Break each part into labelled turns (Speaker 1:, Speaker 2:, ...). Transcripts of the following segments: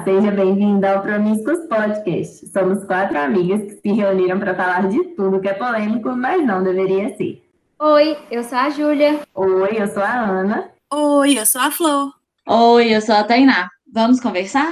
Speaker 1: seja bem-vindo ao Promíscuos Podcast. Somos 4 amigas que se reuniram para falar de tudo que é polêmico, mas não deveria ser.
Speaker 2: Oi, eu sou a Júlia.
Speaker 1: Oi, eu sou a Ana.
Speaker 3: Oi, eu sou a Flor.
Speaker 4: Oi, eu sou a Tainá. Vamos conversar?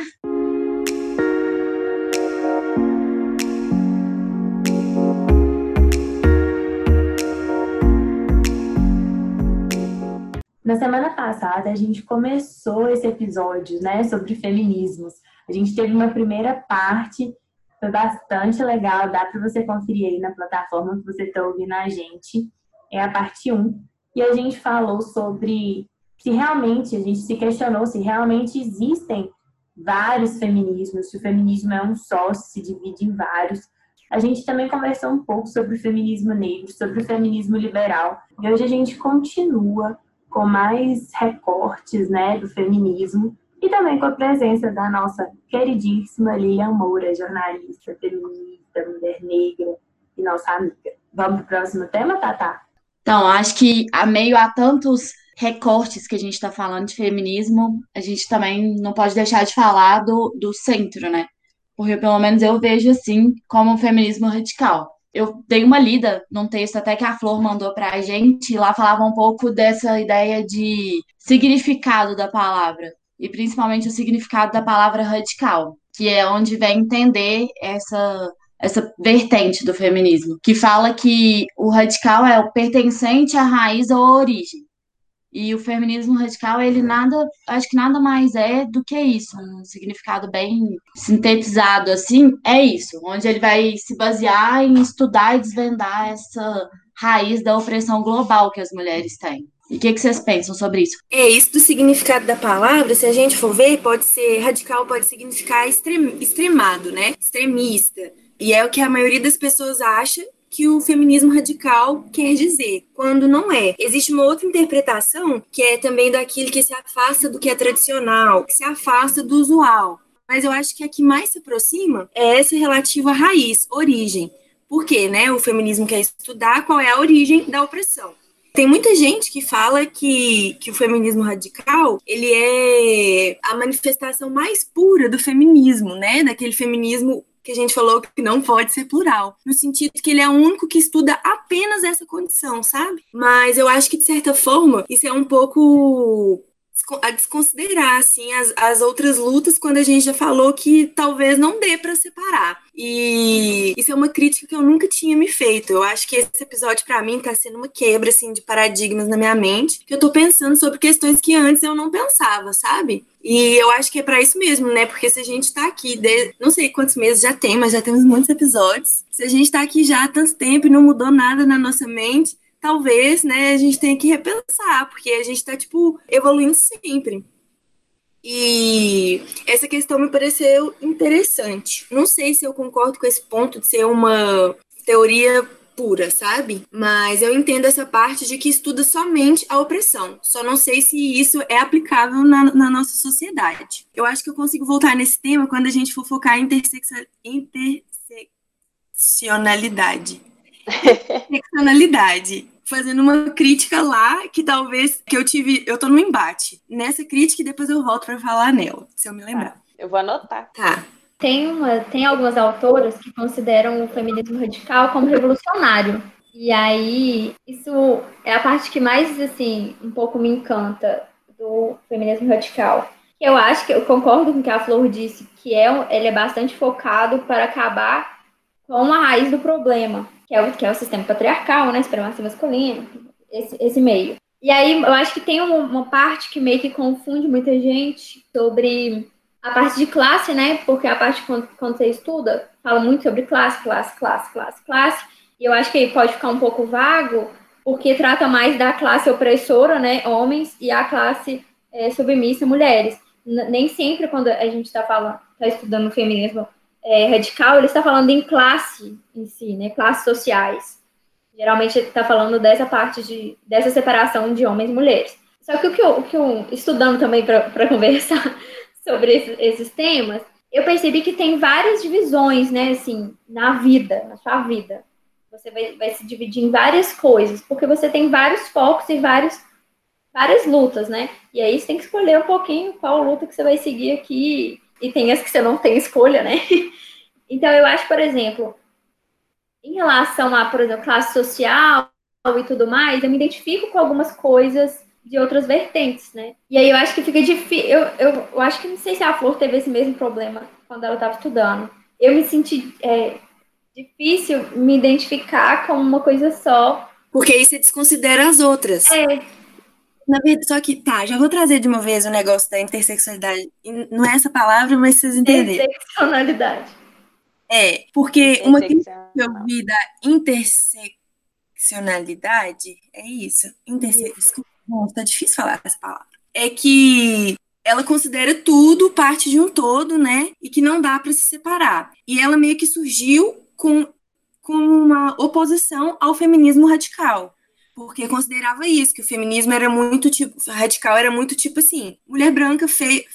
Speaker 1: Na semana passada, a gente começou esse episódio, né, sobre feminismos. A gente teve uma primeira parte, foi bastante legal, dá para você conferir aí na plataforma que você está ouvindo a gente. É a parte 1. E a gente falou sobre se realmente, a gente se questionou se realmente existem vários feminismos, se o feminismo é um só, se divide em vários. A gente também conversou um pouco sobre o feminismo negro, sobre o feminismo liberal. E hoje a gente continua com mais recortes, né, do feminismo e também com a presença da nossa queridíssima Lilian Moura, jornalista, feminista, mulher negra e nossa amiga. Vamos para o próximo tema, Tatá?
Speaker 4: Então, acho que a meio a tantos recortes que a gente está falando de feminismo, a gente também não pode deixar de falar do centro, né? Porque pelo menos eu vejo assim como um feminismo radical. Eu dei uma lida num texto até que a Flor mandou pra gente, e lá falava um pouco dessa ideia de significado da palavra, e principalmente o significado da palavra radical, que é onde vem entender essa vertente do feminismo, que fala que o radical é o pertencente à raiz ou à origem. E o feminismo radical, ele nada, acho que nada mais é do que isso, um significado bem sintetizado, assim, é isso, onde ele vai se basear em estudar e desvendar essa raiz da opressão global que as mulheres têm. E o que vocês pensam sobre isso?
Speaker 3: É isso do significado da palavra, se a gente for ver, pode ser radical, pode significar extremado, né? Extremista. E é o que a maioria das pessoas acha que o feminismo radical quer dizer, quando não é. Existe uma outra interpretação, que é também daquilo que se afasta do que é tradicional, que se afasta do usual. Mas eu acho que a que mais se aproxima é essa relativa à raiz, origem. Por quê, né? O feminismo quer estudar qual é a origem da opressão. Tem muita gente que fala que o feminismo radical, ele é a manifestação mais pura do feminismo, né? Daquele feminismo que a gente falou que não pode ser plural, no sentido que ele é o único que estuda apenas essa condição, sabe? Mas eu acho que, de certa forma, isso é um pouco a desconsiderar, assim, as outras lutas, quando a gente já falou que talvez não dê para separar. E isso é uma crítica que eu nunca tinha me feito. Eu acho que esse episódio, para mim, tá sendo uma quebra, assim, de paradigmas na minha mente, que eu tô pensando sobre questões que antes eu não pensava, sabe? E eu acho que é para isso mesmo, né? Porque se a gente tá aqui, não sei quantos meses já tem, mas já temos muitos episódios. Se a gente tá aqui já há tanto tempo e não mudou nada na nossa mente, talvez, né, a gente tenha que repensar, porque a gente tá, tipo, evoluindo sempre. E essa questão me pareceu interessante. Não sei se eu concordo com esse ponto de ser uma teoria pura, sabe? Mas eu entendo essa parte de que estuda somente a opressão. Só não sei se isso é aplicável na nossa sociedade. Eu acho que eu consigo voltar nesse tema quando a gente for focar em interseccionalidade. Interseccionalidade. Fazendo uma crítica lá que talvez eu tô no embate nessa crítica e depois eu volto para falar nela, se eu me lembrar.
Speaker 5: Tá, eu vou anotar.
Speaker 3: Tá.
Speaker 2: Tem algumas autoras que consideram o feminismo radical como revolucionário. E aí, isso é a parte que mais, assim, um pouco me encanta do feminismo radical. Eu acho que eu concordo com o que a Flor disse, que ele é bastante focado para acabar com a raiz do problema, que é o sistema patriarcal, né, supremacia masculina, esse meio. E aí eu acho que tem uma parte que meio que confunde muita gente sobre a parte de classe, né, porque a parte quando você estuda, fala muito sobre classe, e eu acho que pode ficar um pouco vago, porque trata mais da classe opressora, né, homens, e a classe submissa, mulheres. Nem sempre quando a gente está estudando o feminismo radical, ele está falando em classe em si, né? Classes sociais. Geralmente ele está falando dessa parte dessa separação de homens e mulheres. Só que o que eu estudando também para conversar sobre esses temas, eu percebi que tem várias divisões, né? Assim, na sua vida. Você vai se dividir em várias coisas, porque você tem vários focos e várias lutas, né? E aí você tem que escolher um pouquinho qual luta que você vai seguir aqui e tem as que você não tem escolha, né? Então, eu acho, por exemplo, em relação a, por exemplo, classe social e tudo mais, eu me identifico com algumas coisas de outras vertentes, né? E aí eu acho que fica difícil. Eu acho que não sei se a Flor teve esse mesmo problema quando ela estava estudando. Eu me senti difícil me identificar como uma coisa só.
Speaker 3: Porque aí você desconsidera as outras. Na verdade, só que, tá, já vou trazer de uma vez o negócio da intersexualidade. E não é essa palavra, mas vocês entenderam.
Speaker 2: Interseccionalidade.
Speaker 3: Porque uma crítica que eu vi da interseccionalidade, é isso? Desculpa, tá difícil falar essa palavra. É que ela considera tudo parte de um todo, né? E que não dá para se separar. E ela meio que surgiu com uma oposição ao feminismo radical. Porque considerava isso, que o feminismo era muito tipo, radical era muito tipo assim, mulher branca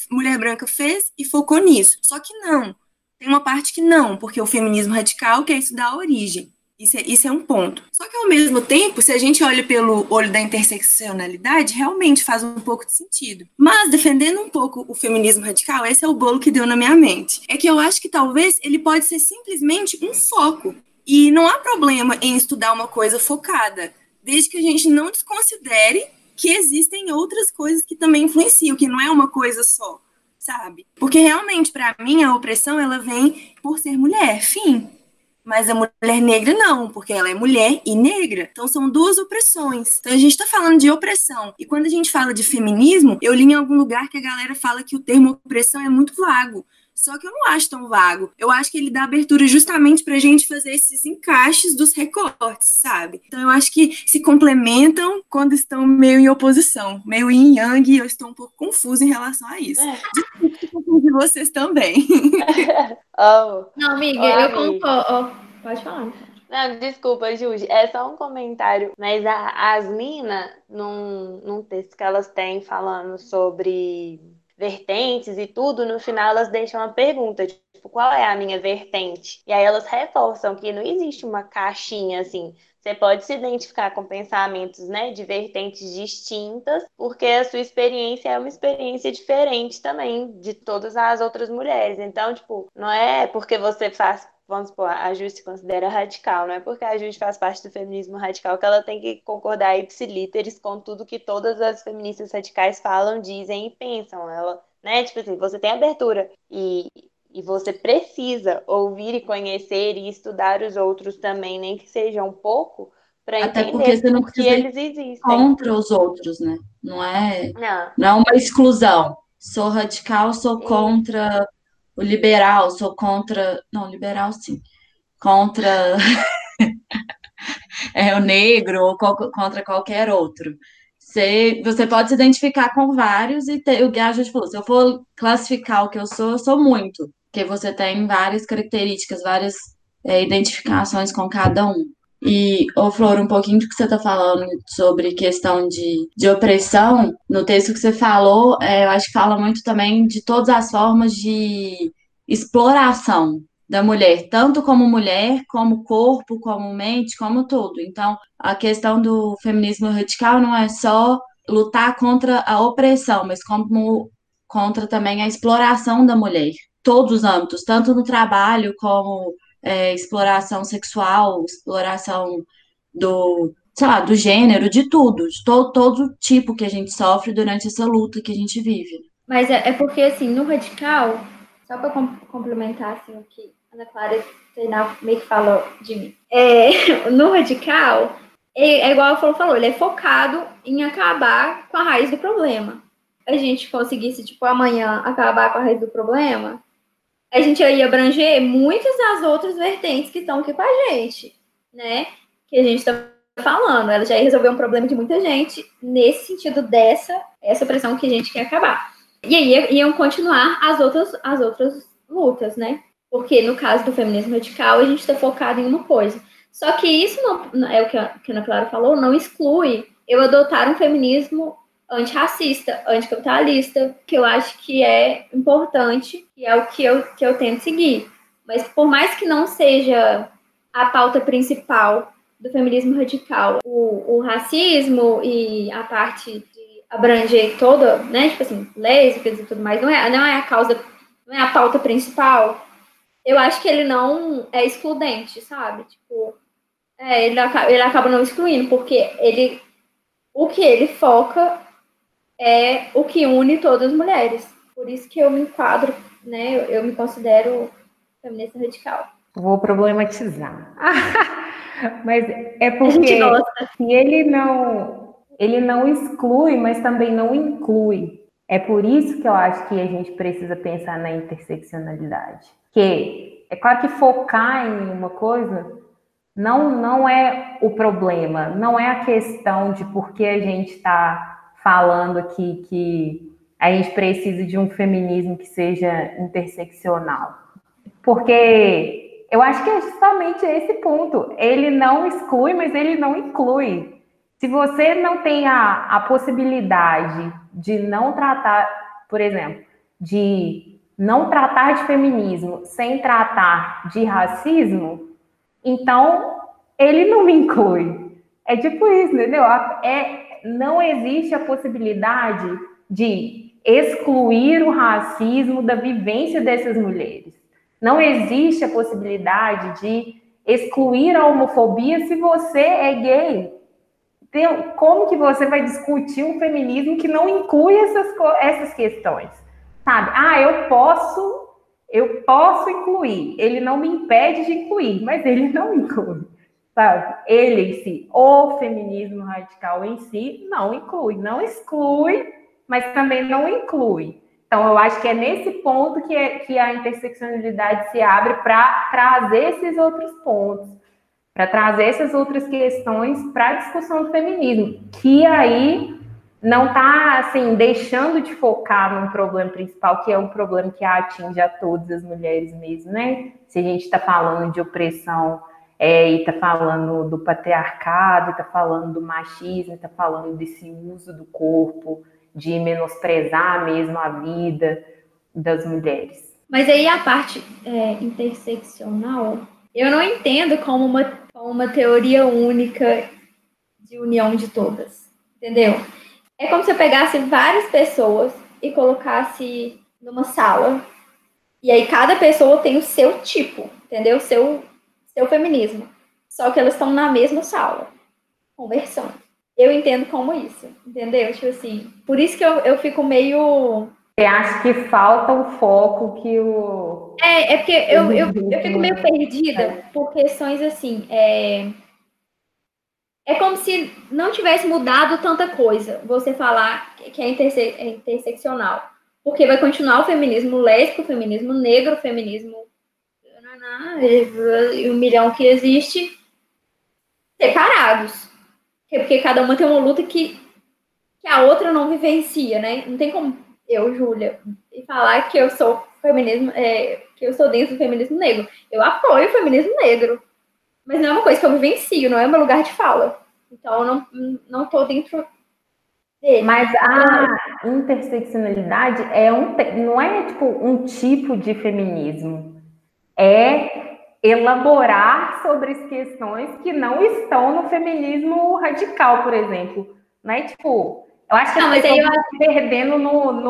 Speaker 3: fez e focou nisso. Só que não. Tem uma parte que não, porque o feminismo radical quer estudar a origem. Isso é um ponto. Só que, ao mesmo tempo, se a gente olha pelo olho da interseccionalidade, realmente faz um pouco de sentido. Mas, defendendo um pouco o feminismo radical, esse é o bolo que deu na minha mente. É que eu acho que talvez ele pode ser simplesmente um foco. E não há problema em estudar uma coisa focada, desde que a gente não desconsidere que existem outras coisas que também influenciam, que não é uma coisa só, sabe? Porque realmente, para mim, a opressão ela vem por ser mulher, fim. Mas a mulher negra não, porque ela é mulher e negra. Então são duas opressões. Então a gente está falando de opressão. E quando a gente fala de feminismo, eu li em algum lugar que a galera fala que o termo opressão é muito vago. Só que eu não acho tão vago. Eu acho que ele dá abertura justamente para a gente fazer esses encaixes dos recortes, sabe? Então eu acho que se complementam quando estão meio em oposição, meio yin yang, e eu estou um pouco confusa em relação a isso. Desculpe que confundi vocês também.
Speaker 2: Não, amiga, eu concordo. Pode falar.
Speaker 5: Não, desculpa, Judy, é só um comentário, mas as minas, num texto que elas têm falando sobre vertentes e tudo, no final elas deixam uma pergunta, tipo, qual é a minha vertente? E aí elas reforçam que não existe uma caixinha assim. Você pode se identificar com pensamentos, né, de vertentes distintas, porque a sua experiência é uma experiência diferente também de todas as outras mulheres. Então, tipo, não é porque você faz, vamos supor, a Ju se considera radical, não é porque a Ju faz parte do feminismo radical que ela tem que concordar ipsilíteres com tudo que todas as feministas radicais falam, dizem e pensam. Ela, né, tipo assim, você tem abertura e você precisa ouvir e conhecer e estudar os outros também, nem que seja um pouco, para
Speaker 4: Até porque
Speaker 5: entender
Speaker 4: você não
Speaker 5: por que
Speaker 4: precisa ir
Speaker 5: eles existem.
Speaker 4: contra os outros, né? Não é
Speaker 5: Não.
Speaker 4: uma exclusão. Sou radical, sou contra o liberal, sou contra. Não, liberal sim. Contra o negro ou contra qualquer outro. Você pode se identificar com vários e ter, o que a gente falou, se eu for classificar o que eu sou muito, porque você tem várias características, várias identificações com cada um. E, ô Flor, um pouquinho do que você está falando sobre questão de opressão, no texto que você falou, eu acho que fala muito também de todas as formas de exploração da mulher, tanto como mulher, como corpo, como mente, como tudo. Então, a questão do feminismo radical não é só lutar contra a opressão, mas como contra também a exploração da mulher. Todos os âmbitos, tanto no trabalho como exploração sexual, exploração sei lá, do gênero, de tudo, de todo tipo que a gente sofre durante essa luta que a gente vive.
Speaker 2: Mas é porque, assim, no radical, só para complementar, assim, o que a Ana Clara meio que falou de mim. No radical, igual a Flor falou, ele é focado em acabar com a raiz do problema. A gente conseguisse, tipo, amanhã acabar com a raiz do problema, a gente ia abranger muitas das outras vertentes que estão aqui com a gente, né? Que a gente está falando. Ela já ia resolver um problema de muita gente nesse sentido essa opressão que a gente quer acabar. E aí iam continuar as outras lutas, né? Porque no caso do feminismo radical, a gente está focado em uma coisa. Só que isso não é o que a Ana Clara falou, não exclui eu adotar um feminismo antirracista, anticapitalista, que eu acho que é importante e é o que eu tento seguir. Mas por mais que não seja a pauta principal do feminismo radical, o racismo e a parte de abranger toda, né, tipo assim, lésbicas e tudo mais, não é a causa não é a pauta principal, eu acho que ele não é excludente, sabe? Tipo, ele acaba não excluindo, porque o que ele foca é o que une todas as mulheres. Por isso que eu me enquadro, né? Eu me considero feminista radical.
Speaker 6: Vou problematizar. Mas é
Speaker 2: A gente
Speaker 6: porque
Speaker 2: gosta.
Speaker 6: se ele não exclui, mas também não inclui. É por isso que eu acho que a gente precisa pensar na interseccionalidade. Que é claro que focar em uma coisa não é o problema, não é a questão de por que a gente está falando aqui que a gente precisa de um feminismo que seja interseccional. Porque eu acho que é justamente esse ponto. Ele não exclui, mas ele não inclui. Se você não tem a possibilidade de não tratar, por exemplo, de não tratar de feminismo sem tratar de racismo, então ele não me inclui. É tipo isso, entendeu? Não existe a possibilidade de excluir o racismo da vivência dessas mulheres. Não existe a possibilidade de excluir a homofobia se você é gay. Então, como que você vai discutir um feminismo que não inclui essas questões? Sabe? Eu posso incluir. Ele não me impede de incluir, mas ele não inclui. Sabe? Ele em si, o feminismo radical em si, não inclui. Não exclui, mas também não inclui. Então, eu acho que é nesse ponto que a interseccionalidade se abre para trazer esses outros pontos, para trazer essas outras questões para a discussão do feminismo, que aí não está assim, deixando de focar no problema principal, que é um problema que atinge a todas as mulheres mesmo, né? Se a gente está falando de opressão e está falando do patriarcado, está falando do machismo, está falando desse uso do corpo, de menosprezar mesmo a vida das mulheres.
Speaker 2: Mas aí a parte interseccional, eu não entendo como uma teoria única de união de todas, entendeu? É como se eu pegasse várias pessoas e colocasse numa sala, e aí cada pessoa tem o seu tipo, entendeu? Seu feminismo. Só que elas estão na mesma sala, conversando. Eu entendo como isso, entendeu? Tipo assim, por isso que eu fico meio...
Speaker 6: Você acha que falta o foco que o...
Speaker 2: É porque eu fico meio perdida por questões assim, é como se não tivesse mudado tanta coisa você falar que é interseccional. Porque vai continuar o feminismo lésbico, o feminismo negro, o feminismo... e 1 milhão que existe separados. Porque cada uma tem uma luta que a outra não vivencia, né? Não tem como eu, Júlia, falar que eu sou feminismo, que eu sou dentro do feminismo negro. Eu apoio o feminismo negro, mas não é uma coisa que eu vivencio, não é meu lugar de fala. Então, eu não tô dentro dele.
Speaker 6: Mas a interseccionalidade não é tipo um tipo de feminismo. É elaborar sobre as questões que não estão no feminismo radical, por exemplo. Não é tipo... Eu acho que as pessoas estão perdendo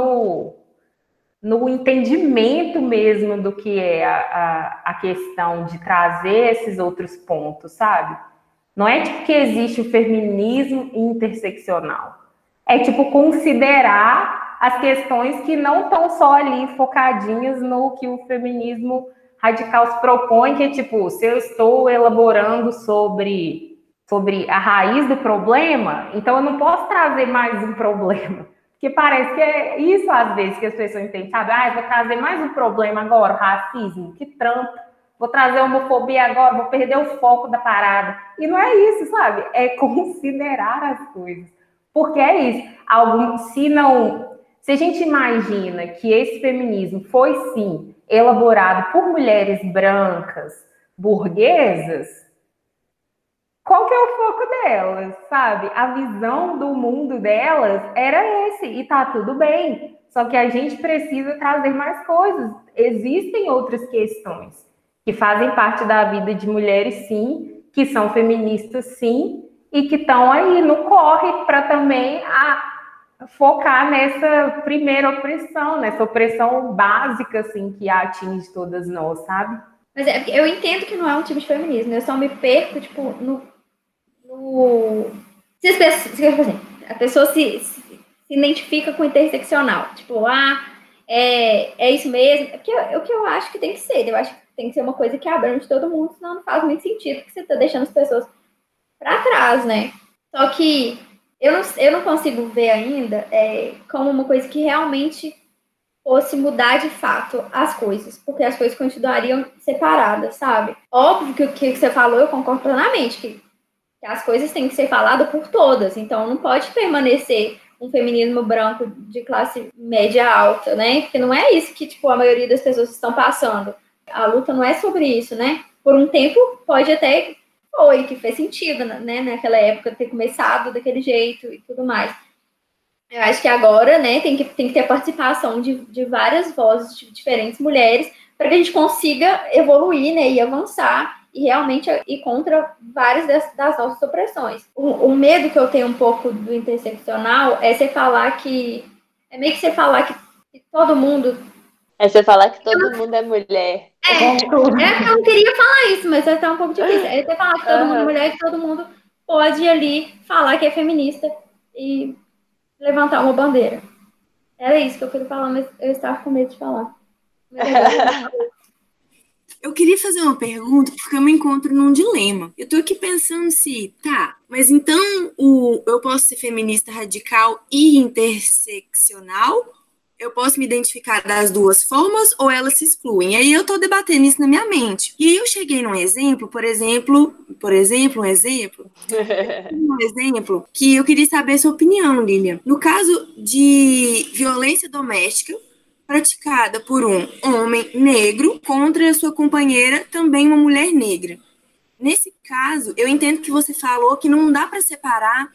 Speaker 6: no entendimento mesmo do que é a questão de trazer esses outros pontos, sabe? Não é tipo que existe o feminismo interseccional. É tipo considerar as questões que não estão só ali focadinhas no que o feminismo radical se propõe, que é tipo, se eu estou elaborando sobre a raiz do problema, então eu não posso trazer mais um problema. Porque parece que é isso, às vezes, que as pessoas entendem, sabe? Eu vou trazer mais um problema agora, o racismo, que trampo. Vou trazer a homofobia agora, vou perder o foco da parada. E não é isso, sabe? É considerar as coisas. Porque é isso. Se a gente imagina que esse feminismo foi, sim, elaborado por mulheres brancas, burguesas, qual que é o foco delas, sabe? A visão do mundo delas era esse, e tá tudo bem. Só que a gente precisa trazer mais coisas. Existem outras questões que fazem parte da vida de mulheres, sim, que são feministas, sim, e que estão aí no corre para também focar nessa primeira opressão, nessa opressão básica, assim, que atinge todas nós, sabe?
Speaker 2: Mas eu entendo que não é um tipo de feminismo, eu só me perco, tipo, se a pessoa se identifica com interseccional, tipo, é isso mesmo, porque o que eu acho que tem que ser, eu acho que tem que ser uma coisa que abrange todo mundo, senão não faz muito sentido, porque você tá deixando as pessoas para trás, né? Só que eu não consigo ver ainda como uma coisa que realmente fosse mudar de fato as coisas, porque as coisas continuariam separadas, sabe? Óbvio que o que você falou, eu concordo plenamente, que as coisas têm que ser faladas por todas, então não pode permanecer um feminismo branco de classe média alta, né? Porque não é isso que, tipo, a maioria das pessoas estão passando. A luta não é sobre isso, né? Por um tempo pode até que fez sentido, né? Naquela época ter começado daquele jeito e tudo mais. Eu acho que agora, né, tem que ter a participação de várias vozes de diferentes mulheres para que a gente consiga evoluir, né, e avançar e realmente ir contra várias das nossas opressões. O medo que eu tenho um pouco do interseccional é você falar que... É meio que você falar que todo mundo...
Speaker 5: É você falar que todo mundo é mulher.
Speaker 2: Eu não queria falar isso, mas tá um pouco difícil. É você falar que todo mundo é mulher, que todo mundo pode ali falar que é feminista e levantar uma bandeira. Era isso que eu queria falar, mas eu estava com medo de falar.
Speaker 3: Eu queria fazer uma pergunta porque eu me encontro num dilema. Eu tô aqui pensando mas então eu posso ser feminista radical e interseccional? Eu posso me identificar das duas formas ou elas se excluem? E aí eu tô debatendo isso na minha mente. E aí eu cheguei num exemplo, um exemplo que eu queria saber a sua opinião, Lilian. No caso de violência doméstica praticada por um homem negro contra a sua companheira, também uma mulher negra. Nesse caso, eu entendo que você falou que não dá para separar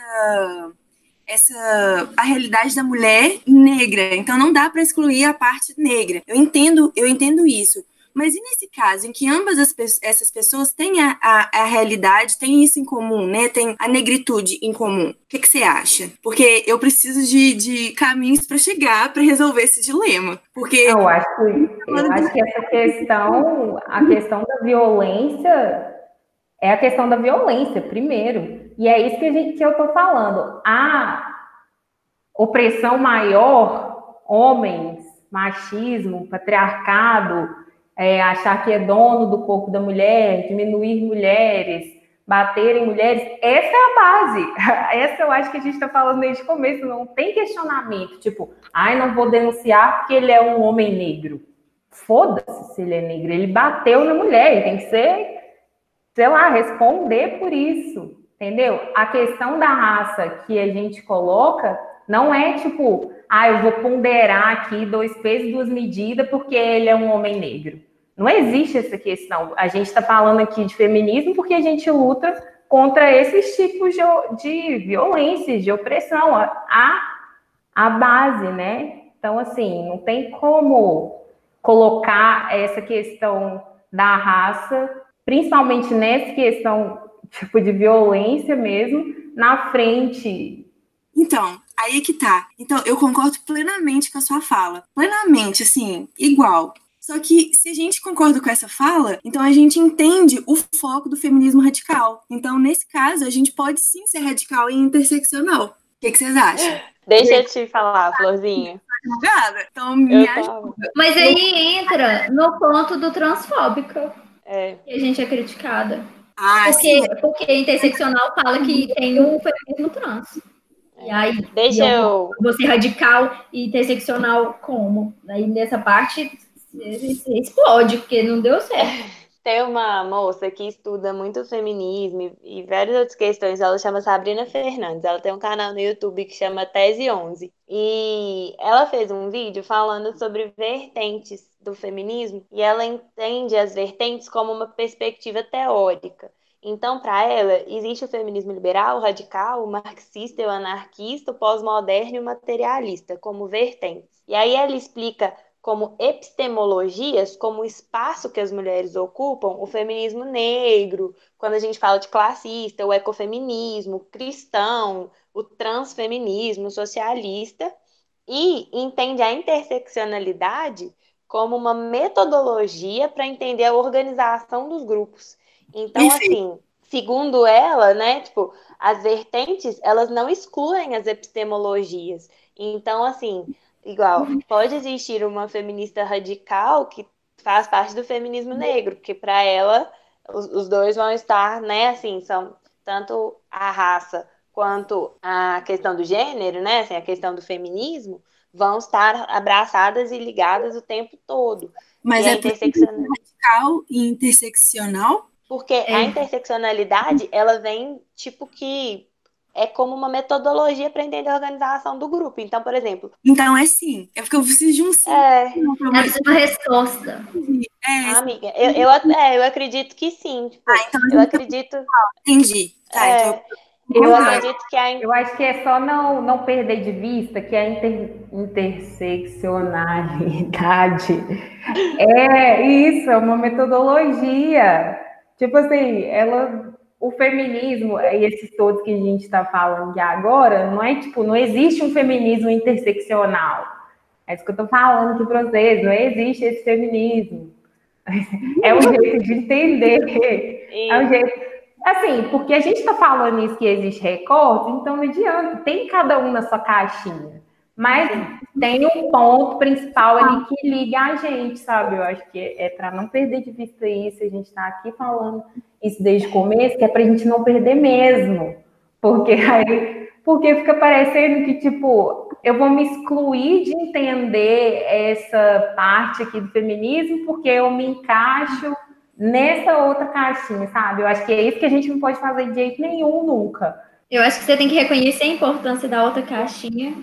Speaker 3: a realidade da mulher negra, então não dá para excluir a parte negra. Eu entendo isso. Mas e nesse caso, em que ambas essas pessoas têm a realidade, têm isso em comum, né? Tem a negritude em comum. O que você acha? Porque eu preciso de caminhos para chegar, para resolver esse dilema. Porque
Speaker 6: eu acho que essa questão, a questão da violência, é a questão da violência, primeiro. E é isso que eu estou falando. A opressão maior, homens, machismo, patriarcado, achar que é dono do corpo da mulher, diminuir mulheres, bater em mulheres, essa é a base. Essa eu acho que a gente está falando desde o começo, não tem questionamento, tipo, não vou denunciar porque ele é um homem negro. Foda-se se ele é negro, ele bateu na mulher, ele tem que ser, sei lá, responder por isso, entendeu? A questão da raça que a gente coloca não é tipo, eu vou ponderar aqui 2 pesos e 2 medidas porque ele é um homem negro. Não existe essa questão. A gente está falando aqui de feminismo porque a gente luta contra esses tipos de violência, de opressão, a base, né? Então, assim, não tem como colocar essa questão da raça, principalmente nessa questão tipo de violência mesmo, na frente.
Speaker 3: Então, aí que tá. Então, eu concordo plenamente com a sua fala. Plenamente, assim, igual. Só que, se a gente concorda com essa fala, então a gente entende o foco do feminismo radical. Então, nesse caso, a gente pode sim ser radical e interseccional. O que vocês acham?
Speaker 5: Deixa eu te falar, Florzinha.
Speaker 3: Então, me ajuda.
Speaker 2: Mas aí entra no ponto do transfóbica, que a gente é criticada. Porque interseccional fala que tem o feminismo trans. E aí, você radical e interseccional como? Aí nessa parte você explode, porque não deu certo.
Speaker 5: Tem uma moça que estuda muito feminismo e várias outras questões, ela chama Sabrina Fernandes, ela tem um canal no YouTube que chama Tese 11, e ela fez um vídeo falando sobre vertentes do feminismo, e ela entende as vertentes como uma perspectiva teórica. Então, para ela, existe o feminismo liberal, o radical, o marxista, o anarquista, o pós-moderno e o materialista como vertentes. E aí ela explica como epistemologias, como o espaço que as mulheres ocupam, o feminismo negro, quando a gente fala de classista, o ecofeminismo, o cristão, o transfeminismo, o socialista, e entende a interseccionalidade como uma metodologia para entender a organização dos grupos. Então,
Speaker 3: Perfeito.
Speaker 5: assim, segundo ela, né, tipo, as vertentes, elas não excluem as epistemologias. Então, assim, igual, pode existir uma feminista radical que faz parte do feminismo negro, porque para ela os dois vão estar, né, assim, são tanto a raça quanto a questão do gênero, né, assim, a questão do feminismo, vão estar abraçadas e ligadas o tempo todo.
Speaker 3: Mas
Speaker 5: E a
Speaker 3: é possível ser
Speaker 5: interseccionalidade,
Speaker 3: radical e interseccional?
Speaker 5: porque a interseccionalidade, ela vem, tipo, que é como uma metodologia para entender a organização do grupo. Então, por exemplo,
Speaker 3: Então é sim. É porque eu preciso de um sim.
Speaker 5: é,
Speaker 3: Não,
Speaker 2: Ela precisa de uma resposta.
Speaker 3: é,
Speaker 5: amiga, eu acredito que sim, tipo,
Speaker 3: então a
Speaker 5: eu
Speaker 3: gente
Speaker 5: acredito,
Speaker 3: entendi. Tá, então
Speaker 5: é,
Speaker 6: Eu,
Speaker 5: eu
Speaker 3: concordando.
Speaker 5: acredito que a,
Speaker 6: eu acho que é só não perder de vista que a interseccionalidade é isso, é uma metodologia. Tipo assim, o feminismo, e esses todos que a gente está falando agora, não é tipo, não existe um feminismo interseccional. É isso que eu estou falando aqui para vocês, não existe esse feminismo. É um jeito de entender. É um
Speaker 5: isso,
Speaker 6: jeito. Assim, porque a gente está falando isso que existe recorte, então não adianta, tem cada um na sua caixinha. Mas
Speaker 5: sim,
Speaker 6: tem um ponto principal ali que liga a gente, sabe? Eu acho que é para não perder de vista isso, a gente está aqui falando isso desde o começo, que é para a gente não perder mesmo. Porque fica parecendo que, tipo, eu vou me excluir de entender essa parte aqui do feminismo porque eu me encaixo nessa outra caixinha, sabe? Eu acho que é isso que a gente não pode fazer de jeito nenhum, nunca.
Speaker 2: Eu acho que você tem que reconhecer a importância da outra caixinha,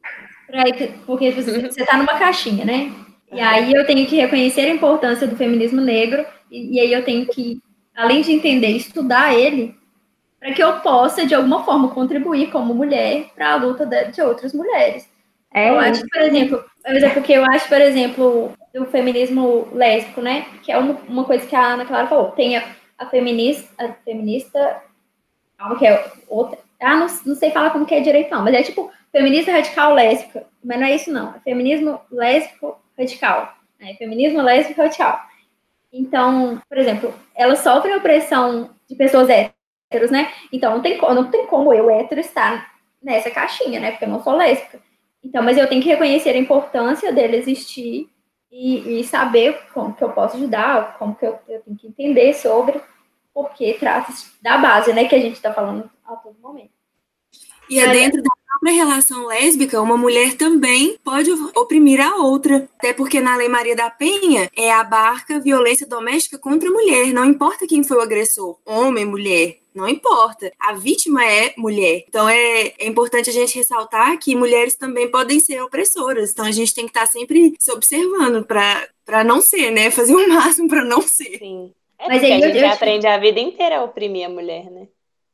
Speaker 2: porque você está numa caixinha, né? E aí eu tenho que reconhecer a importância do feminismo negro, e aí eu tenho que, além de entender, estudar ele, para que eu possa, de alguma forma, contribuir como mulher para a luta de outras mulheres.
Speaker 6: É
Speaker 2: Eu acho
Speaker 6: isso.
Speaker 2: que, por exemplo, porque eu acho, por exemplo, do feminismo lésbico, né? Que é uma coisa que a Ana Clara falou. Tem a feminista, calma, que é outra. Não sei falar como que é direito, não, mas é tipo feminista radical lésbica. Mas não é isso, não. É feminismo lésbico radical. É feminismo lésbico radical. Então, por exemplo, elas sofrem opressão de pessoas héteros, né? Então, não tem como eu, hétero, estar nessa caixinha, né? Porque eu não sou lésbica. Então, mas eu tenho que reconhecer a importância dele existir e saber como que eu posso ajudar, como que eu tenho que entender sobre, porque trata-se da base, né? Que a gente está falando a todo momento.
Speaker 3: E é dentro da própria relação lésbica, uma mulher também pode oprimir a outra. Até porque na Lei Maria da Penha abarca violência doméstica contra a mulher. Não importa quem foi o agressor, homem, mulher. Não importa. A vítima é mulher. Então é importante a gente ressaltar que mulheres também podem ser opressoras. Então a gente tem que estar sempre se observando para não ser, né? Fazer o máximo para não ser.
Speaker 5: sim. É
Speaker 2: Mas
Speaker 5: porque
Speaker 2: aí
Speaker 5: a gente aprende a vida inteira a oprimir a mulher, né?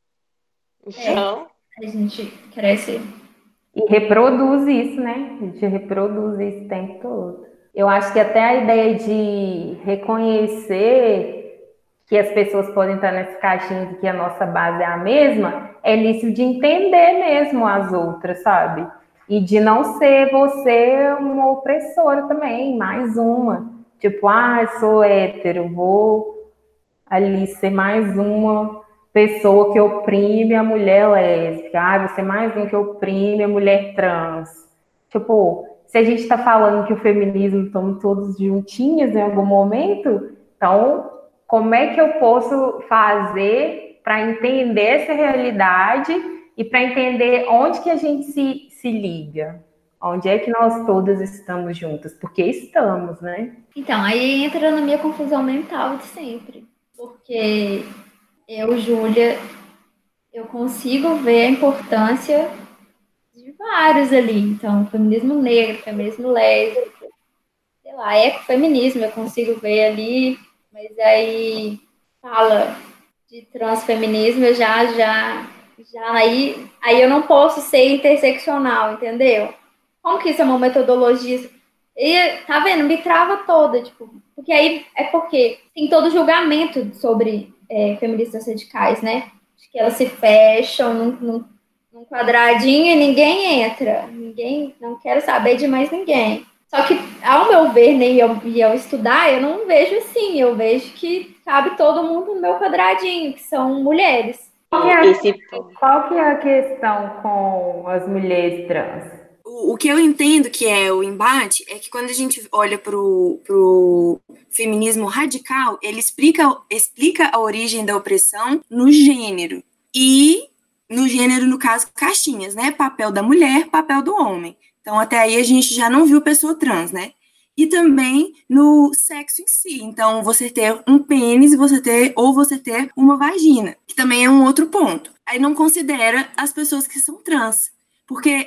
Speaker 5: Então,
Speaker 2: a gente cresce.
Speaker 6: E reproduz isso, né? A gente reproduz isso o tempo todo. Eu acho que até a ideia de reconhecer que as pessoas podem estar nessa caixinha de que a nossa base é a mesma, é nisso de entender mesmo as outras, sabe? E de não ser você uma opressora também, mais uma. Tipo, sou hétero, vou ali ser mais uma pessoa que oprime a mulher lésbica, você é mais um que oprime a mulher trans. Tipo, se a gente está falando que o feminismo estamos todos juntinhas em algum momento, então como é que eu posso fazer para entender essa realidade e para entender onde que a gente se liga? Onde é que nós todas estamos juntas? Porque estamos, né?
Speaker 2: Então, aí entra na minha confusão mental de sempre. Porque eu, Júlia, eu consigo ver a importância de vários ali. Então, feminismo negro, feminismo lésbico, sei lá, ecofeminismo, eu consigo ver ali, mas aí fala de transfeminismo, eu já aí eu não posso ser interseccional, entendeu? Como que isso é uma metodologia? E, tá vendo? Me trava toda, tipo, porque aí é porque tem todo julgamento sobre feministas radicais, né? De que elas se fecham num quadradinho e ninguém entra. Ninguém, não quero saber de mais ninguém. Só que, ao meu ver, né, e ao estudar, eu não vejo assim. Eu vejo que cabe todo mundo no meu quadradinho, que são mulheres.
Speaker 6: Qual que é a questão com as mulheres trans?
Speaker 3: O que eu entendo que é o embate é que quando a gente olha pro feminismo radical, ele explica a origem da opressão no gênero. E no gênero, no caso, caixinhas, né? Papel da mulher, papel do homem. Então, até aí a gente já não viu pessoa trans, né? E também no sexo em si. Então, você ter um pênis e você ter uma vagina, que também é um outro ponto. Aí não considera as pessoas que são trans. Porque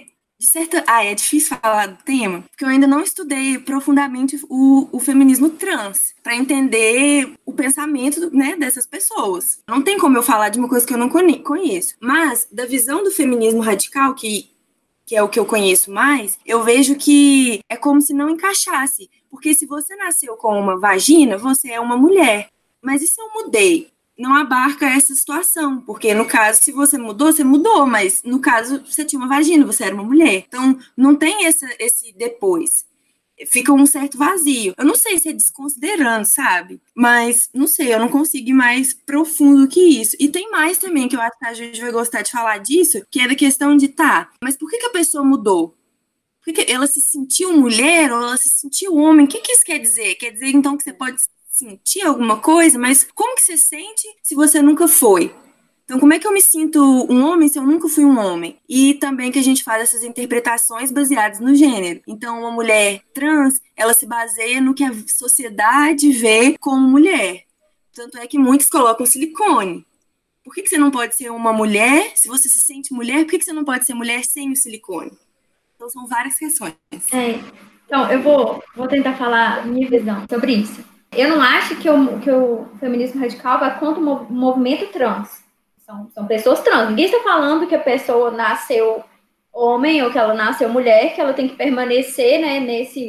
Speaker 3: é difícil falar do tema, porque eu ainda não estudei profundamente o feminismo trans, para entender o pensamento, né, dessas pessoas. Não tem como eu falar de uma coisa que eu não conheço. Mas, da visão do feminismo radical, que é o que eu conheço mais, eu vejo que é como se não encaixasse. Porque se você nasceu com uma vagina, você é uma mulher. Mas e se eu mudei? Não abarca essa situação, porque no caso, se você mudou, mas no caso, você tinha uma vagina, você era uma mulher. Então, não tem esse depois. Fica um certo vazio. Eu não sei se é desconsiderando, sabe? Mas, não sei, eu não consigo ir mais profundo que isso. E tem mais também, que eu acho que a gente vai gostar de falar disso, que é da questão de, mas por que a pessoa mudou? Por que ela se sentiu mulher ou ela se sentiu homem? O que isso quer dizer? Quer dizer, então, que você pode sentir alguma coisa, mas como que você sente se você nunca foi? Então, como é que eu me sinto um homem se eu nunca fui um homem? E também que a gente faz essas interpretações baseadas no gênero. Então, uma mulher trans, ela se baseia no que a sociedade vê como mulher. Tanto é que muitos colocam silicone. Por que você não pode ser uma mulher? Se você se sente mulher, por que você não pode ser mulher sem o silicone? Então, são várias questões.
Speaker 2: Então, eu vou tentar falar minha visão sobre isso. Eu não acho que o feminismo radical vai contra o movimento trans. São pessoas trans. Ninguém está falando que a pessoa nasceu homem ou que ela nasceu mulher, que ela tem que permanecer, né,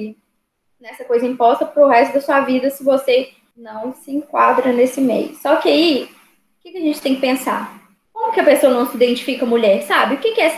Speaker 2: nessa coisa imposta para o resto da sua vida se você não se enquadra nesse meio. Só que aí, o que a gente tem que pensar? Como que a pessoa não se identifica mulher, sabe? O que é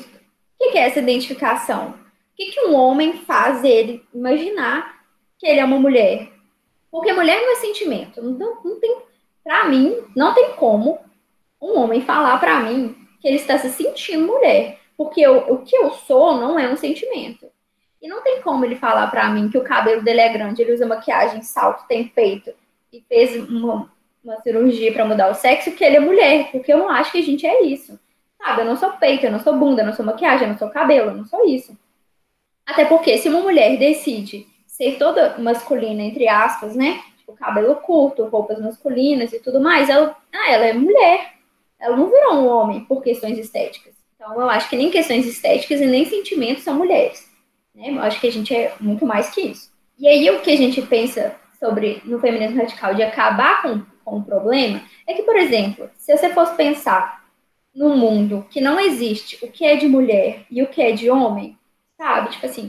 Speaker 2: essa identificação? O que um homem faz ele imaginar que ele é uma mulher? Porque mulher não é sentimento. Não tem, para mim, não tem como um homem falar para mim que ele está se sentindo mulher. Porque o que eu sou não é um sentimento. E não tem como ele falar para mim que o cabelo dele é grande, ele usa maquiagem, salto, tem peito e fez uma cirurgia para mudar o sexo, que ele é mulher. Porque eu não acho que a gente é isso. Sabe? Eu não sou peito, eu não sou bunda, eu não sou maquiagem, eu não sou cabelo, eu não sou isso. Até porque se uma mulher decide ser toda masculina, entre aspas, né? Tipo, cabelo curto, roupas masculinas e tudo mais, ela é mulher. Ela não virou um homem por questões estéticas. Então, eu acho que nem questões estéticas e nem sentimentos são mulheres. Né? Eu acho que a gente é muito mais que isso. E aí, o que a gente pensa sobre no feminismo radical de acabar com o problema é que, por exemplo, se você fosse pensar num mundo que não existe o que é de mulher e o que é de homem, sabe? Tipo assim,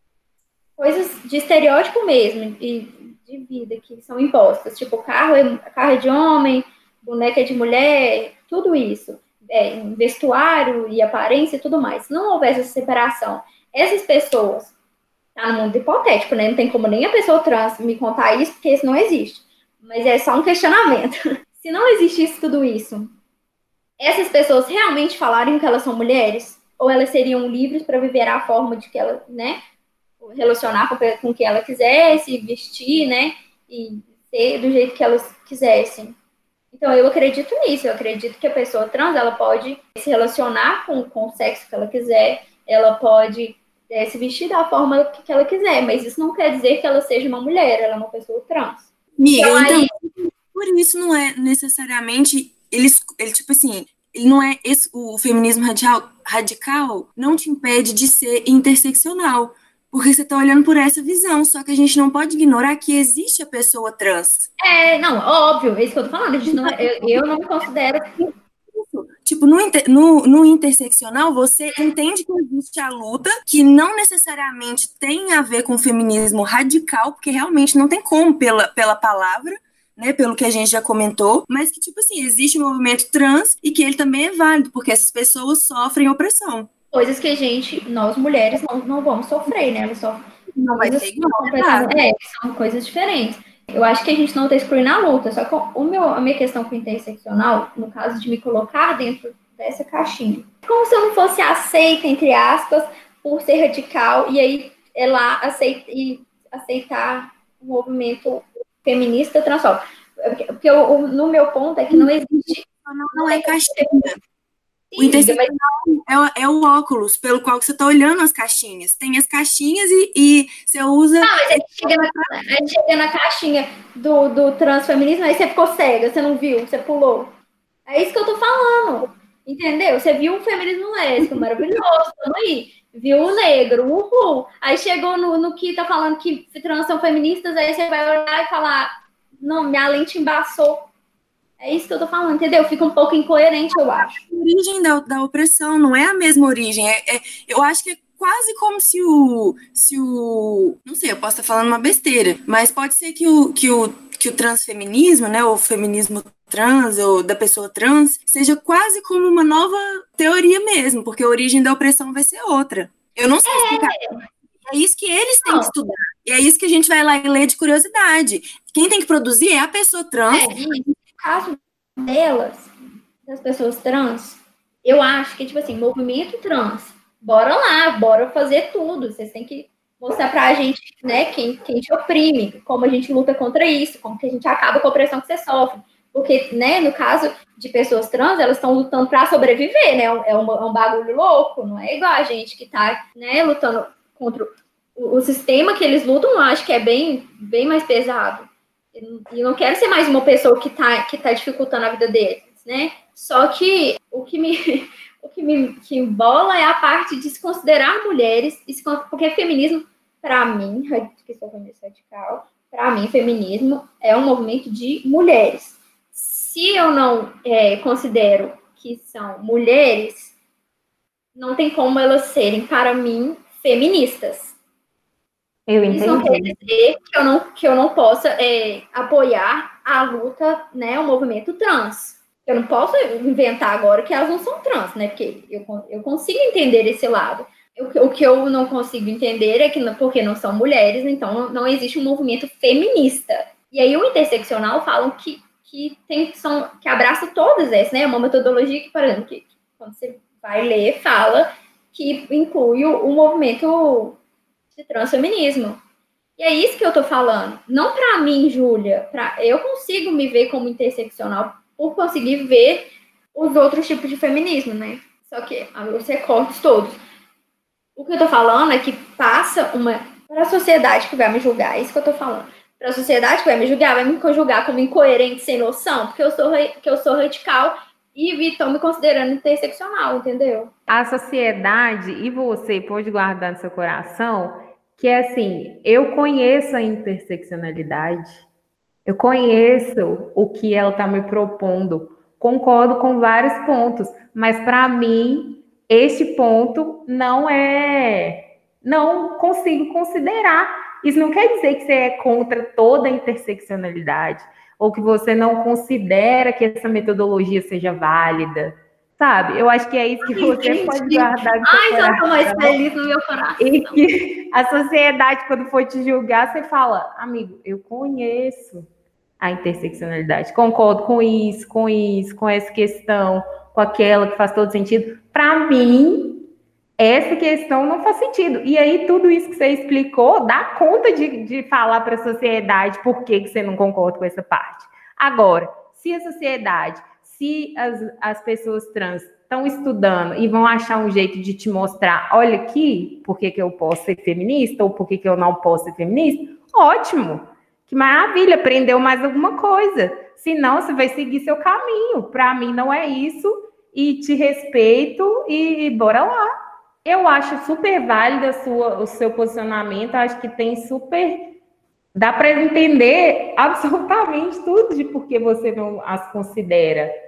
Speaker 2: coisas de estereótipo mesmo e de vida que são impostas. Tipo, carro é de homem, boneca é de mulher, tudo isso. Vestuário e aparência e tudo mais. Se não houvesse essa separação, essas pessoas, tá no mundo hipotético, né? Não tem como nem a pessoa trans me contar isso, porque isso não existe. Mas é só um questionamento. Se não existisse tudo isso, essas pessoas realmente falariam que elas são mulheres? Ou elas seriam livres para viver a forma de que ela, né? Relacionar com o que ela quisesse, vestir, né? E ser do jeito que elas quisessem. Então, eu acredito nisso. Eu acredito que a pessoa trans, ela pode se relacionar com o sexo que ela quiser, ela pode se vestir da forma que ela quiser, mas isso não quer dizer que ela seja uma mulher, ela é uma pessoa trans.
Speaker 3: Amiga, então por isso não é necessariamente ele tipo assim, ele não é o feminismo radical não te impede de ser interseccional, porque você está olhando por essa visão, só que a gente não pode ignorar que existe a pessoa trans.
Speaker 2: Não, óbvio, é isso que eu tô falando, eu não me considero
Speaker 3: tipo, no interseccional, você entende que existe a luta, que não necessariamente tem a ver com feminismo radical, porque realmente não tem como pela palavra, né, pelo que a gente já comentou, mas que, tipo assim, existe um movimento trans e que ele também é válido, porque essas pessoas sofrem opressão.
Speaker 2: Coisas que nós mulheres, não vamos sofrer, né? Elas sofrem
Speaker 3: Não vai
Speaker 2: coisas
Speaker 3: ser igual, exato.
Speaker 2: são coisas diferentes. Eu acho que a gente não está excluindo a luta, só que a minha questão com o interseccional, no caso de me colocar dentro dessa caixinha, como se eu não fosse aceita, entre aspas, por ser radical, e aí aceitar o movimento feminista transfóbico. Porque no meu ponto é que não existe.
Speaker 3: Não é caixinha. O
Speaker 2: Sim,
Speaker 3: interseccional é o óculos pelo qual você está olhando as caixinhas. Tem as caixinhas e você usa.
Speaker 2: mas aí chega na caixinha do transfeminismo, aí você ficou cega, você não viu, você pulou. É isso que eu tô falando. Entendeu? Você viu o feminismo lésbico, maravilhoso, tamo aí. Viu o negro, uhul. Aí chegou no que tá falando que trans são feministas, aí você vai olhar e falar, não, minha lente embaçou. É isso que eu tô falando, entendeu? Fica um pouco incoerente, eu acho.
Speaker 3: A origem da opressão não é a mesma origem. Eu acho que é quase como se o. Não sei, eu posso estar falando uma besteira, mas pode ser que o transfeminismo, né, o feminismo trans ou da pessoa trans, seja quase como uma nova teoria mesmo, porque a origem da opressão vai ser outra. Eu não sei explicar. É isso que eles têm que estudar. E é isso que a gente vai lá e ler de curiosidade. Quem tem que produzir é a pessoa trans.
Speaker 2: No caso das pessoas trans, eu acho que, tipo assim, movimento trans, bora lá, bora fazer tudo. Vocês têm que mostrar pra gente, né, quem te oprime, como a gente luta contra isso, como que a gente acaba com a opressão que você sofre. Porque, né, no caso de pessoas trans, elas estão lutando para sobreviver, né? É um bagulho louco, não é igual a gente que tá, né, lutando contra o sistema que eles lutam, eu acho que é bem mais pesado. E não quero ser mais uma pessoa que tá dificultando a vida deles, né? Só que o que me embola é a parte de se considerar mulheres, porque feminismo, para mim, que sou feminista radical, para mim, feminismo é um movimento de mulheres. Se eu não considero que são mulheres, não tem como elas serem, para mim, feministas.
Speaker 6: Eu entendi.
Speaker 2: Isso não quer dizer que eu não possa apoiar a luta, né, o movimento trans. Eu não posso inventar agora que elas não são trans, né? Porque eu consigo entender esse lado. O que eu não consigo entender é que porque não são mulheres, então não existe um movimento feminista. E aí o interseccional falam que abraça todas essas, né? Uma metodologia que, por exemplo, que quando você vai ler, fala que inclui o movimento de transfeminismo. E é isso que eu tô falando. Não para mim, Júlia. Eu consigo me ver como interseccional por conseguir ver os outros tipos de feminismo, né? Só que os recortes todos. O que eu tô falando é que passa para a sociedade que vai me julgar. É isso que eu tô falando. Para a sociedade que vai me julgar como incoerente, sem noção, porque eu sou radical e estão me considerando interseccional, entendeu?
Speaker 6: A sociedade, e você pode guardar no seu coração, que é assim, eu conheço a interseccionalidade, eu conheço o que ela está me propondo, concordo com vários pontos, mas para mim, este ponto não consigo considerar. Isso não quer dizer que você é contra toda a interseccionalidade, ou que você não considera que essa metodologia seja válida, sabe? Eu acho que é isso que você pode guardar no seu coração.
Speaker 2: Eu tô mais feliz no meu coração.
Speaker 6: E que a sociedade, quando for te julgar, você fala, amigo, eu conheço a interseccionalidade, concordo com isso, com essa questão, com aquela que faz todo sentido. Para mim, essa questão não faz sentido. E aí, tudo isso que você explicou, dá conta de falar para a sociedade por que você não concorda com essa parte. Agora, se a sociedade, se as pessoas trans estão estudando e vão achar um jeito de te mostrar, olha aqui, por que eu posso ser feminista ou por que eu não posso ser feminista, ótimo. Que maravilha, aprendeu mais alguma coisa. Senão, você vai seguir seu caminho. Para mim, não é isso. E te respeito e bora lá. Eu acho super válido o seu posicionamento, acho que tem super... Dá para entender absolutamente tudo de por que você não as considera.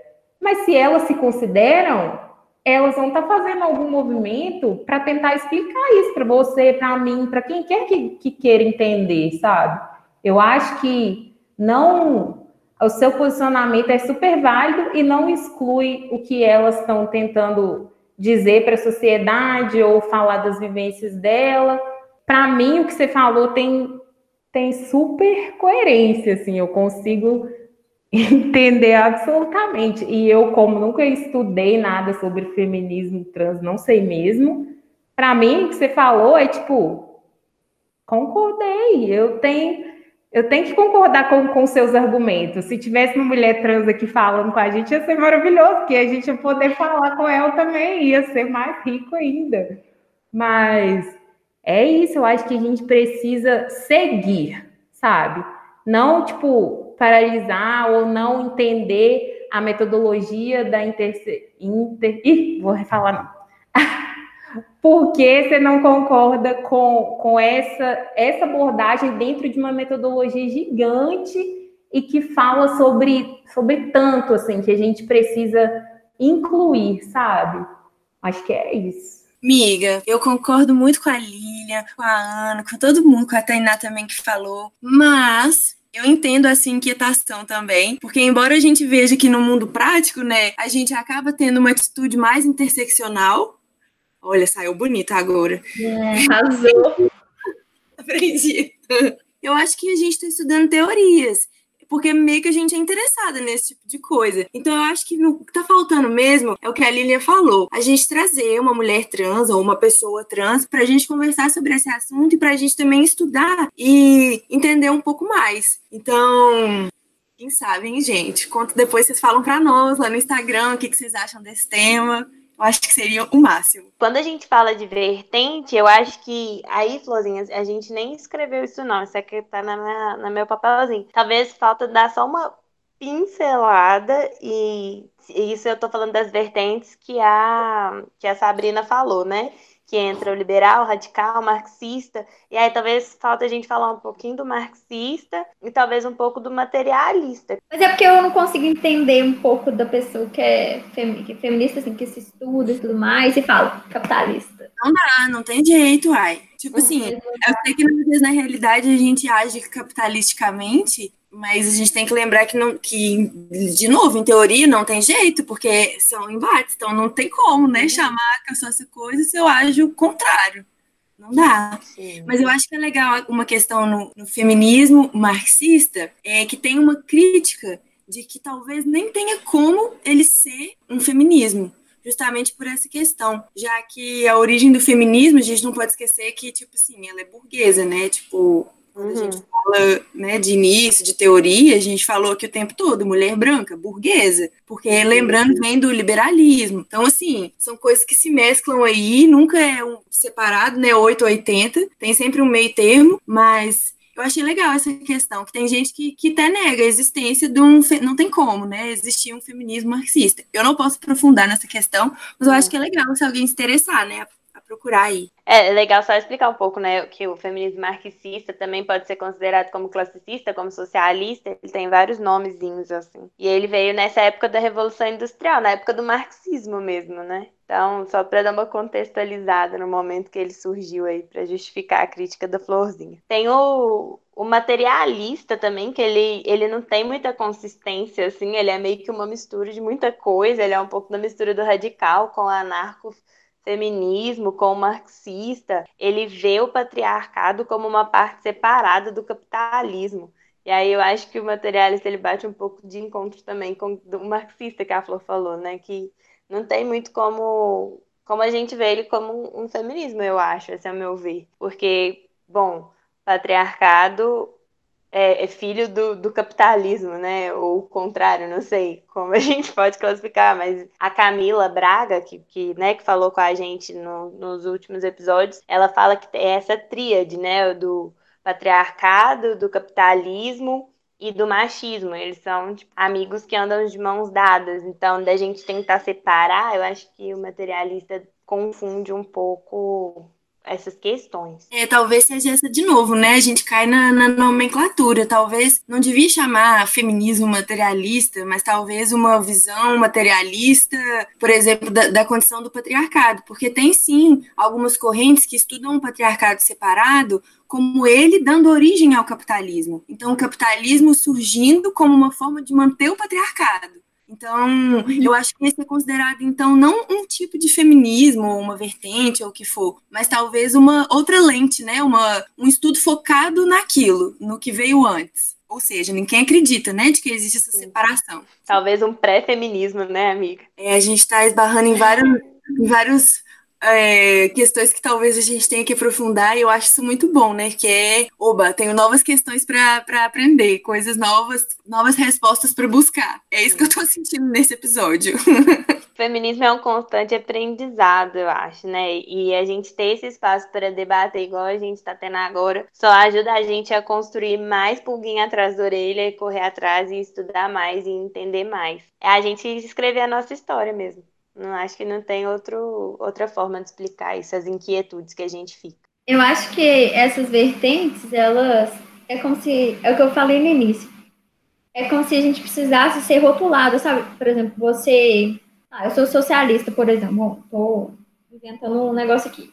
Speaker 6: Mas se elas se consideram, elas vão estar fazendo algum movimento para tentar explicar isso para você, para mim, para quem quer que queira entender, sabe? Eu acho que não, o seu posicionamento é super válido e não exclui o que elas estão tentando dizer para a sociedade ou falar das vivências dela. Para mim, o que você falou tem super coerência, assim, eu consigo entender absolutamente. E eu, como nunca estudei nada sobre feminismo trans, não sei mesmo. Para mim, o que você falou é tipo, concordei. Eu tenho que concordar com seus argumentos. Se tivesse uma mulher trans aqui falando com a gente, ia ser maravilhoso, porque a gente ia poder falar com ela também, ia ser mais rico ainda. Mas é isso, eu acho que a gente precisa seguir, sabe? Não, tipo, paralisar ou não entender a metodologia da vou falar não. Porque você não concorda com essa abordagem dentro de uma metodologia gigante e que fala sobre tanto, assim, que a gente precisa incluir, sabe? Acho que é isso.
Speaker 3: Miga, eu concordo muito com a Lilian, com a Ana, com todo mundo, com a Tainá também que falou, mas eu entendo essa inquietação também, porque embora a gente veja que no mundo prático, né, a gente acaba tendo uma atitude mais interseccional. Olha, saiu bonito agora.
Speaker 2: Arrasou.
Speaker 3: Aprendi. Eu acho que a gente está estudando teorias, porque meio que a gente é interessada nesse tipo de coisa. Então eu acho que o que tá faltando mesmo é o que a Lilian falou. A gente trazer uma mulher trans ou uma pessoa trans pra gente conversar sobre esse assunto e pra gente também estudar e entender um pouco mais. Então, quem sabe, hein, gente? Conta depois, vocês falam pra nós lá no Instagram o que vocês acham desse tema. Eu acho que seria o máximo.
Speaker 5: Quando a gente fala de vertente, eu acho que aí, Florzinha, a gente nem escreveu isso não, isso aqui tá no meu papelzinho. Talvez falta dar só uma pincelada e isso eu tô falando das vertentes que a Sabrina falou, né? Que entra o liberal, o radical, o marxista, e aí talvez falta a gente falar um pouquinho do marxista e talvez um pouco do materialista.
Speaker 2: Mas é porque eu não consigo entender um pouco da pessoa que é feminista, assim, que se estuda e tudo mais, e fala capitalista.
Speaker 3: Não dá, não tem jeito, ai. Tipo assim, eu sei que às vezes na realidade a gente age capitalisticamente, mas a gente tem que lembrar que, de novo, em teoria não tem jeito, porque são embates, então não tem como, né, chamar que eu sou essa coisa se eu ajo o contrário. Não dá. Sim. Mas eu acho que é legal uma questão no feminismo marxista, é que tem uma crítica de que talvez nem tenha como ele ser um feminismo, justamente por essa questão, já que a origem do feminismo, a gente não pode esquecer que, tipo assim, ela é burguesa, né, tipo, quando a gente fala, né, de início, de teoria, a gente falou aqui o tempo todo, mulher branca, burguesa, porque, lembrando, vem do liberalismo. Então, assim, são coisas que se mesclam aí, nunca é separado, né, 8 ou 80, tem sempre um meio termo, mas eu achei legal essa questão, que tem gente que até nega a existência de não tem como, né, existir um feminismo marxista. Eu não posso aprofundar nessa questão, mas eu acho que é legal se alguém se interessar, né, a procurar aí.
Speaker 5: É legal só explicar um pouco, né, que o feminismo marxista também pode ser considerado como classicista, como socialista, ele tem vários nomezinhos, assim. E ele veio nessa época da Revolução Industrial, na época do marxismo mesmo, né? Então, só para dar uma contextualizada no momento que ele surgiu aí, para justificar a crítica da Florzinha. Tem o materialista também, que ele não tem muita consistência, assim, ele é meio que uma mistura de muita coisa, ele é um pouco da mistura do radical com o anarcofeminismo, com o marxista. Ele vê o patriarcado como uma parte separada do capitalismo. E aí eu acho que o materialista ele bate um pouco de encontro também com o marxista que a Flor falou, né? Que não tem muito como a gente vê ele como um feminismo, eu acho, esse é o meu ver. Porque, bom, patriarcado é filho do capitalismo, né? Ou o contrário, não sei como a gente pode classificar, mas a Camila Braga, que falou com a gente nos últimos episódios, ela fala que é essa tríade, né? Do patriarcado, do capitalismo e do machismo. Eles são tipo, amigos que andam de mãos dadas. Então, da gente tentar separar, eu acho que o materialista confunde um pouco essas questões.
Speaker 3: Talvez seja essa de novo, né? A gente cai na nomenclatura. Talvez não devia chamar feminismo materialista, mas talvez uma visão materialista, por exemplo, da condição do patriarcado. Porque tem, sim, algumas correntes que estudam o patriarcado separado como ele dando origem ao capitalismo. Então, o capitalismo surgindo como uma forma de manter o patriarcado. Então, eu acho que esse é considerado, então, não um tipo de feminismo, ou uma vertente, ou o que for, mas talvez uma outra lente, né? Um estudo focado naquilo, no que veio antes. Ou seja, ninguém acredita, né, de que existe essa separação.
Speaker 5: Talvez um pré-feminismo, né, amiga?
Speaker 3: A gente está esbarrando em vários questões que talvez a gente tenha que aprofundar, e eu acho isso muito bom, né? Que tenho novas questões para aprender, coisas novas respostas para buscar. É isso que eu tô sentindo nesse episódio.
Speaker 5: O feminismo é um constante aprendizado, eu acho, né? E a gente ter esse espaço para debater igual a gente está tendo agora só ajuda a gente a construir mais pulguinha atrás da orelha e correr atrás e estudar mais e entender mais. É a gente escrever a nossa história mesmo. Não acho que não tem outra forma de explicar isso, as inquietudes que a gente fica.
Speaker 2: Eu acho que essas vertentes, elas é como se, é o que eu falei no início, é como se a gente precisasse ser rotulado, sabe? Por exemplo, eu sou socialista, por exemplo, tô inventando um negócio aqui.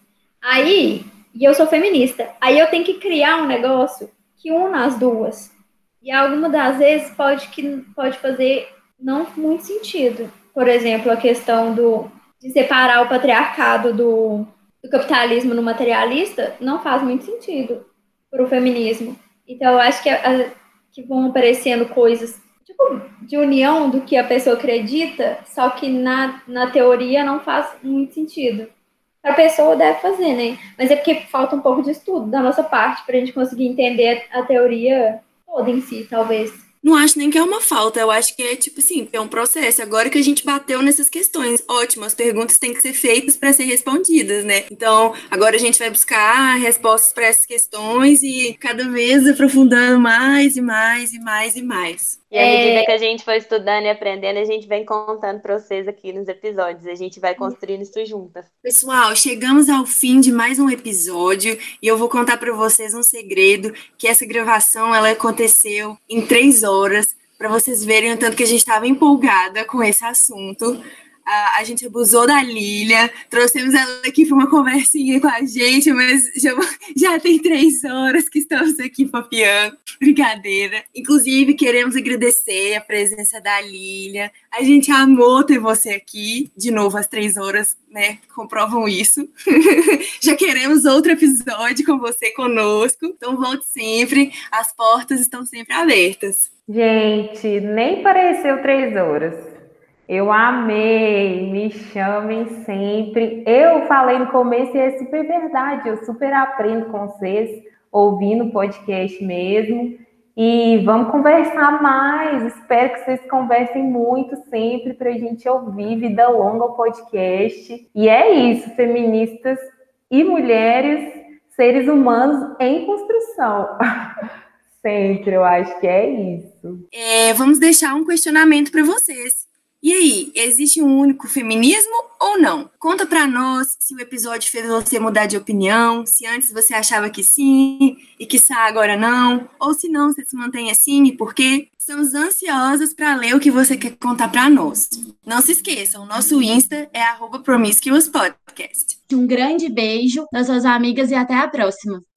Speaker 2: E eu sou feminista. Aí eu tenho que criar um negócio que una as duas. E algumas das vezes pode fazer não muito sentido. Por exemplo, a questão de separar o patriarcado do capitalismo no materialista não faz muito sentido para o feminismo. Então, eu acho que vão aparecendo coisas tipo de união do que a pessoa acredita, só que na teoria não faz muito sentido. A pessoa deve fazer, né? Mas é porque falta um pouco de estudo da nossa parte para a gente conseguir entender a teoria toda em si, talvez.
Speaker 3: Não acho nem que é uma falta, eu acho que é tipo assim, é um processo. Agora que a gente bateu nessas questões, ótimo, as perguntas têm que ser feitas para ser respondidas, né? Então, agora a gente vai buscar respostas para essas questões e cada vez aprofundando mais e mais e mais e mais.
Speaker 5: E à medida que a gente for estudando e aprendendo, a gente vem contando para vocês aqui nos episódios. A gente vai construindo isso juntas.
Speaker 3: Pessoal, chegamos ao fim de mais um episódio e eu vou contar para vocês um segredo, que essa gravação ela aconteceu em 3 horas, para vocês verem o tanto que a gente estava empolgada com esse assunto. A gente abusou da Lília, trouxemos ela aqui para uma conversinha com a gente, mas já tem 3 horas que estamos aqui papeando, brincadeira. Inclusive, queremos agradecer a presença da Lília. A gente amou ter você aqui, de novo, às 3 horas, né? Comprovam isso. Já queremos outro episódio com você conosco, então volte sempre, as portas estão sempre abertas.
Speaker 6: Gente, nem pareceu 3 horas. Eu amei, me chamem sempre. Eu falei no começo e é super verdade, eu super aprendo com vocês, ouvindo o podcast mesmo. E vamos conversar mais, espero que vocês conversem muito sempre para a gente ouvir. Vida longa o podcast. E é isso, feministas e mulheres, seres humanos em construção. Sempre, eu acho que é isso.
Speaker 3: Vamos deixar um questionamento para vocês. E aí, existe um único feminismo ou não? Conta pra nós se o episódio fez você mudar de opinião, se antes você achava que sim e que agora não, ou se não, você se mantém assim e por quê? Estamos ansiosas para ler o que você quer contar pra nós. Não se esqueçam, o nosso Insta é @promiscuouspodcast.
Speaker 4: Um grande beijo das suas amigas e até a próxima.